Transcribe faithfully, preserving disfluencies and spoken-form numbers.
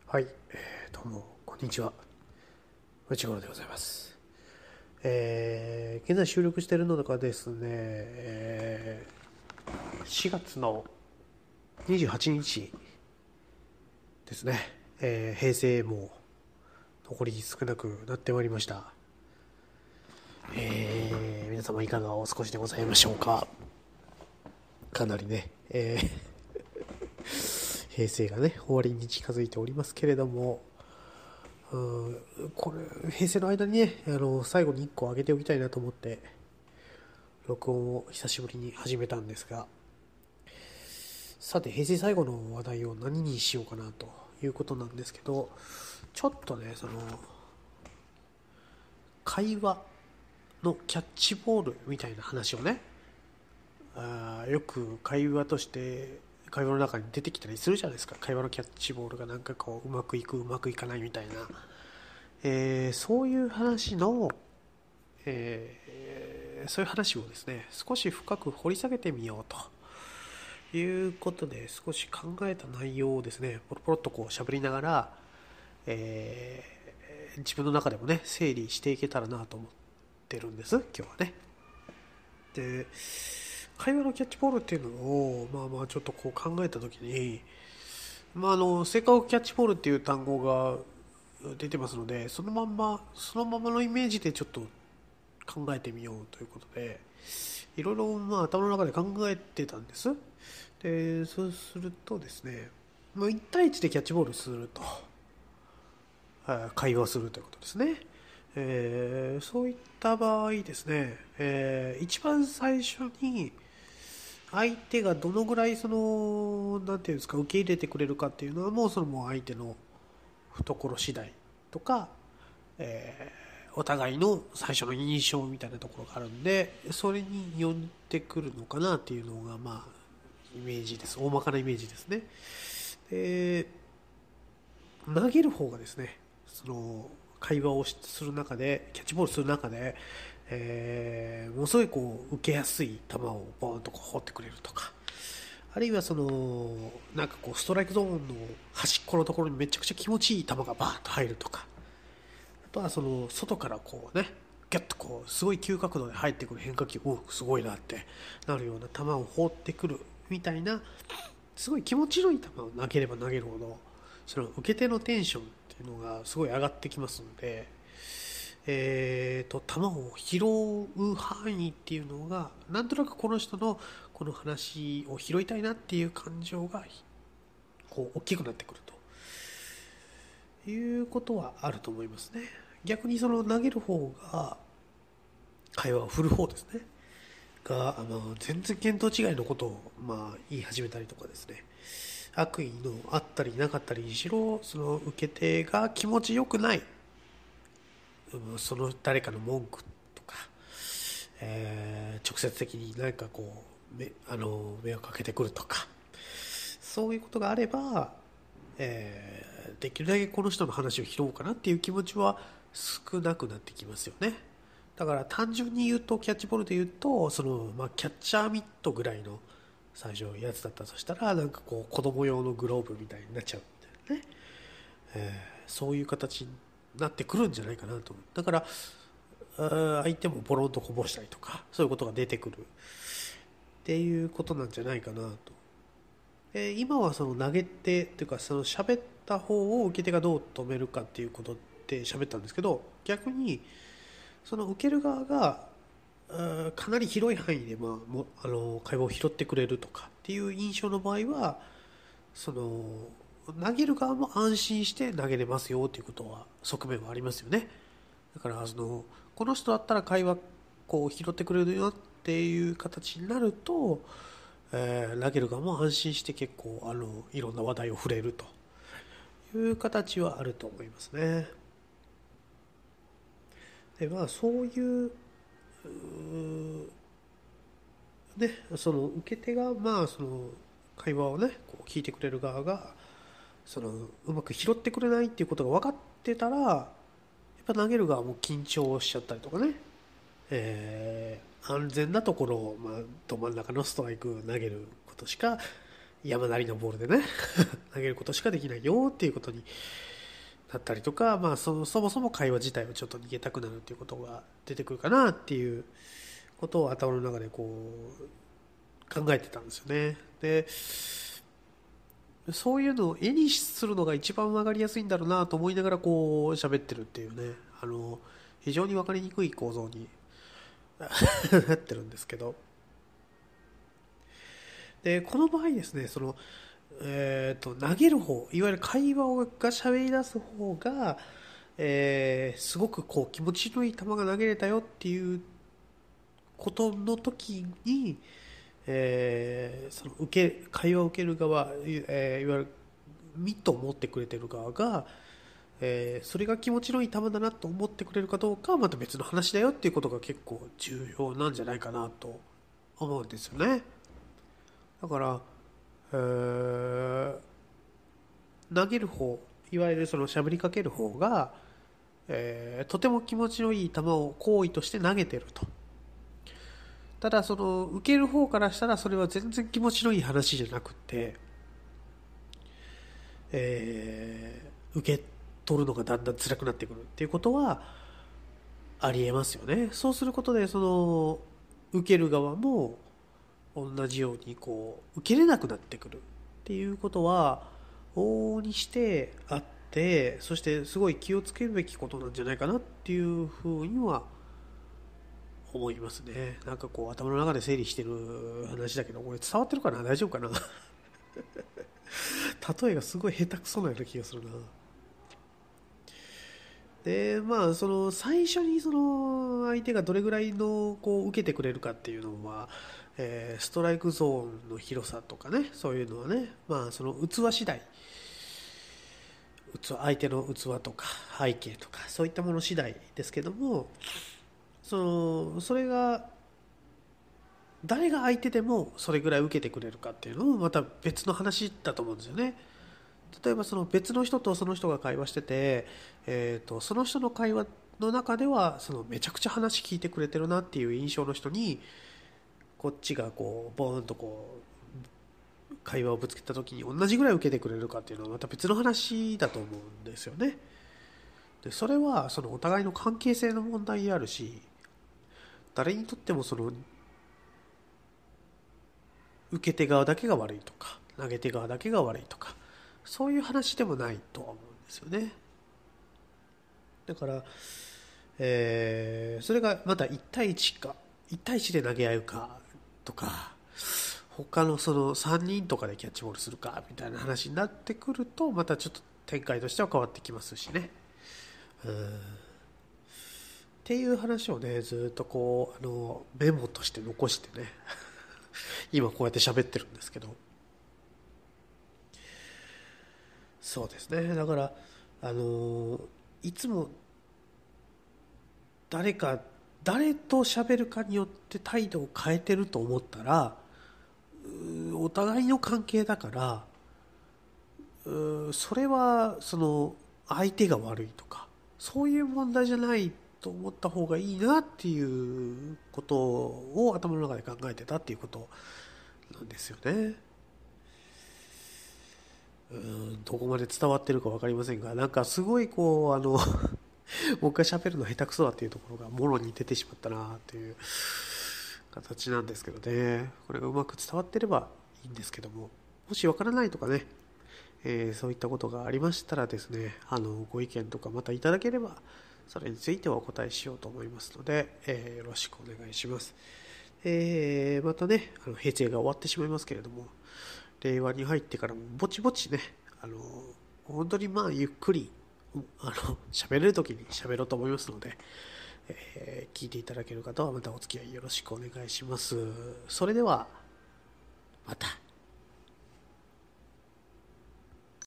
はい、えー、どうもこんにちは、内頃でございます。えー、現在収録しているのがですね、えー、しがつのにじゅうはちにちですね、えー、平成も残り少なくなってまいりました。えー、皆様いかがお過ごしでございましょうか。かなりね、えー、平成がね終わりに近づいておりますけれども、うん、これ平成の間にね、あの最後にいっこ上げておきたいなと思って録音を久しぶりに始めたんですが、さて平成最後の話題を何にしようかなということなんですけど、ちょっとねその会話のキャッチボールみたいな話をね、あよく会話として会話の中に出てきたりするじゃないですか。会話のキャッチボールがなんかこううまくいくうまくいかないみたいな、えー、そういう話の、えー、そういう話をですね少し深く掘り下げてみようということで、少し考えた内容をですねポロポロっとこう喋りながら、えー、自分の中でもね整理していけたらなと思ってるんです今日はね。で会話のキャッチボールっていうのをまあまあちょっとこう考えた時に、まあ、あの性格キャッチボールっていう単語が出てますので、そのまんまそのままのイメージでちょっと考えてみようということで、いろいろまあ頭の中で考えてたんです。でそうするとですね、まあ、いち対いちでキャッチボールすると、会話するということですね。えーそういった場合ですね、えー一番最初に相手がどのぐらいそのなんていうんですか受け入れてくれるかっていうのはもうそのもう相手の懐次第とか、えーお互いの最初の印象みたいなところがあるんで、それに寄ってくるのかなっていうのがまあイメージです。大まかなイメージですね。で投げる方がですねその会話をする中でキャッチボールする中で、えーものすごいこう受けやすい球をボーンとこう放ってくれるとか、あるいはそのなんかこうストライクゾーンの端っこのところにめちゃくちゃ気持ちいい球がバーッと入るとか、あとはその外からこうねギャッとこうすごい急角度で入ってくる変化球、おすごいなってなるような球を放ってくるみたいな、すごい気持ちのいい球を投げれば投げるほどその受け手のテンションっていうのがすごい上がってきますので、えーと球を拾う範囲っていうのがなんとなくこの人のこの話を拾いたいなっていう感情がこう大きくなってくるということはあると思いますね。逆にその投げる方が会話を振る方ですねがあの全然見当違いのことをまあ言い始めたりとかですね、悪意のあったりなかったりにしろその受け手が気持ちよくない、その誰かの文句とか、えー直接的に何かこう目あの目をかけてくるとか、そういうことがあれば、えーできるだけこの人の話を拾おうかなっていう気持ちは少なくなってきますよね。だから単純に言うとキャッチボールで言うとその、まあ、キャッチャーミットぐらいの最初やつだったとしたらなんかこう子供用のグローブみたいになっちゃうみたいなね、えーそういう形になってくるんじゃないかなと思う。だから相手もボロンとこぼしたりとかそういうことが出てくるっていうことなんじゃないかなと。えー今はその投げ手っていうかその喋った方を受け手がどう止めるかっていうことで喋ったんですけど、逆にその受ける側がかなり広い範囲で、まあ、もあの会話を拾ってくれるとかっていう印象の場合はその投げる側も安心して投げれますよということは側面はありますよね。だからそのこの人だったら会話こう拾ってくれるよっていう形になると、えー投げる側も安心して結構あのいろんな話題を触れるという形はあると思いますね。でまあそういうね、その受け手がまあその会話をねこう聞いてくれる側がそのうまく拾ってくれないっていうことが分かってたらやっぱ投げる側も緊張しちゃったりとかね、えー安全なところを、まあ、ど真ん中のストライク投げることしか山なりのボールでね投げることしかできないよっていうことになったりとか、まあ、そ, そもそも会話自体をちょっと逃げたくなるっていうことが出てくるかなっていうことを頭の中でこう考えてたんですよね。でそういうのを絵にするのが一番分かりやすいんだろうなと思いながらこう喋ってるっていうね、あの非常に分かりにくい構造になってるんですけど、でこの場合ですね、その、えー、と投げる方、いわゆる会話が喋り出す方が、えーすごくこう気持ちのいい球が投げれたよっていうことの時に、えーその受け会話を受ける側、えーいわゆるミットを持ってくれてる側が、えーそれが気持ちのいい球だなと思ってくれるかどうかはまた別の話だよっていうことが結構重要なんじゃないかなと思うんですよね。だから、えー投げる方、いわゆるそのしゃぶりかける方が、えーとても気持ちのいい球を行為として投げてると。ただその受ける方からしたらそれは全然気持ちのいい話じゃなくて、えー受け取るのがだんだん辛くなってくるっていうことはありえますよね。そうすることでその受ける側も同じようにこう受けれなくなってくるっていうことは往々にしてあって、そしてすごい気をつけるべきことなんじゃないかなっていうふうには思いますね。なんかこう頭の中で整理してる話だけど、これ伝わってるかな、大丈夫かな例えがすごい下手くそなような気がするな。でまあその最初にその相手がどれぐらいのこう受けてくれるかっていうのは、えーストライクゾーンの広さとかね、そういうのはね、まあその器次第、器相手の器とか背景とかそういったもの次第ですけども、そのそれが誰が相手でもそれぐらい受けてくれるかっていうのもまた別の話だと思うんですよね。例えばその別の人とその人が会話してて、えー、とその人の会話の中ではそのめちゃくちゃ話聞いてくれてるなっていう印象の人に、こっちがこうボーンとこう会話をぶつけた時に同じぐらい受けてくれるかっていうのはまた別の話だと思うんですよね。でそれはそのお互いの関係性の問題であるし、誰にとってもその受け手側だけが悪いとか投げ手側だけが悪いとかそういう話でもないとは思うんですよね。だから、えーそれがまたいち対いちかいち対いちで投げ合うかとか、他のそのさんにんとかでキャッチボールするかみたいな話になってくるとまたちょっと展開としては変わってきますしね。うんっていう話をねずっとこうあのメモとして残してね今こうやって喋ってるんですけど、そうですね。だからあのいつも誰か誰と喋るかによって態度を変えてると思ったら、お互いの関係だからそれはその相手が悪いとかそういう問題じゃないと思った方がいいなっていうことを頭の中で考えてたっていうことなんですよね。うんどこまで伝わってるか分かりませんが、なんかすごいこうあの僕が喋るの下手くそだっていうところがもろに出てしまったなっていう形なんですけどね。これがうまく伝わってればいいんですけども、もし分からないとかね、えーそういったことがありましたらですね、あのご意見とかまたいただければそれについてはお答えしようと思いますので、えーよろしくお願いします。えーまたね、あの平成が終わってしまいますけれども、令和に入ってからもぼちぼちね、あの本当にまあゆっくりあの喋れる時に喋ろうと思いますので、えー聞いていただける方はまたお付き合いよろしくお願いします。それではまた。